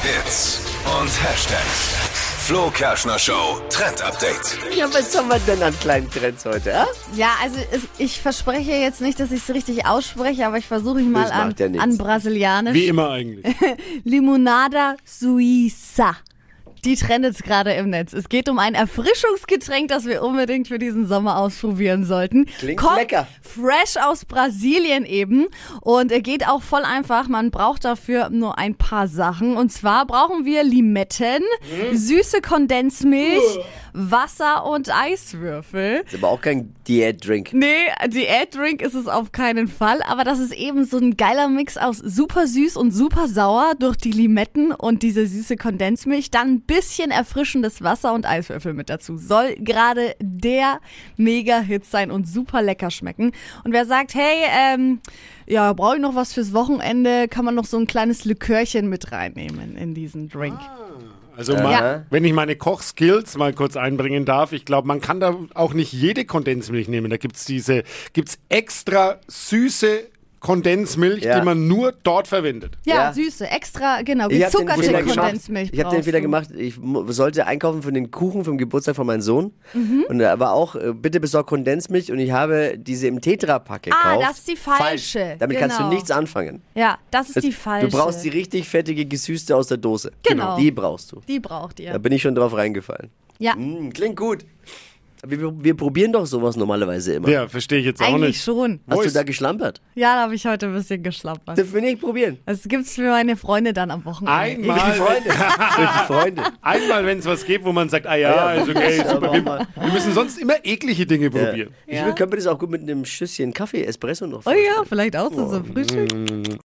Hits und Hashtags. Flo Kerschner Show Trend Update. Ja, was haben wir denn an kleinen Trends heute, ja? Ja, also ich verspreche jetzt nicht, dass ich es richtig ausspreche, aber ich versuche mich mal Das macht ja nichts. an Brasilianisch. Wie immer eigentlich. Limonada Suiça. Die trendet gerade im Netz. Es geht um ein Erfrischungsgetränk, das wir unbedingt für diesen Sommer ausprobieren sollten. Klingt Kommt lecker. fresh aus Brasilien eben und geht auch voll einfach. Man braucht dafür nur ein paar Sachen. Und zwar brauchen wir Limetten, süße Kondensmilch, Wasser und Eiswürfel. Ist aber auch kein Diät-Drink. Nee, Diät-Drink ist es auf keinen Fall, aber das ist eben so ein geiler Mix aus super süß und super sauer durch die Limetten und diese süße Kondensmilch. Dann ein bisschen erfrischendes Wasser und Eiswürfel mit dazu. Soll gerade der Mega-Hit sein und super lecker schmecken. Und wer sagt, hey, ja, brauche ich noch was fürs Wochenende, kann man noch so ein kleines Likörchen mit reinnehmen in diesen Drink. Also Ja. wenn ich meine Kochskills mal kurz einbringen darf, ich glaube, man kann da auch nicht jede Kondensmilch nehmen. Da gibt's extra süße Kondensmilch, Ja. die man nur dort verwendet. Ja, Ja. süße, extra, genau, Ich hab den gezuckerte Fehler gemacht. Kondensmilch Ich habe den brauchst Fehler du. gemacht, ich sollte einkaufen für den Kuchen vom Geburtstag von meinem Sohn. Mhm. Und da war auch, bitte besorg Kondensmilch und ich habe diese im Tetrapack gekauft. das ist die falsche. Damit kannst du Genau. nichts anfangen. Ja, das ist die falsche. Du brauchst die richtig fettige, gesüßte aus der Dose. Genau. Die brauchst du. Die braucht ihr. Da bin ich schon drauf reingefallen. Ja, Klingt gut. Wir probieren doch sowas normalerweise immer. Ja, verstehe ich jetzt auch eigentlich nicht. schon. Hast Wo du ist- da geschlampert? Ja, da habe ich heute ein bisschen geschlappert. Das will ich probieren. Das gibt's für meine Freunde dann am Wochenende. Einmal, Für die Freunde. einmal wenn es was gibt, wo man sagt, ah ja, ist okay, Ja, super. aber mal. Wir müssen sonst immer eklige Dinge probieren. Ich könnte das auch gut mit einem Schüsschen Kaffee, Espresso noch Oh ja, vielleicht auch so Frühstück.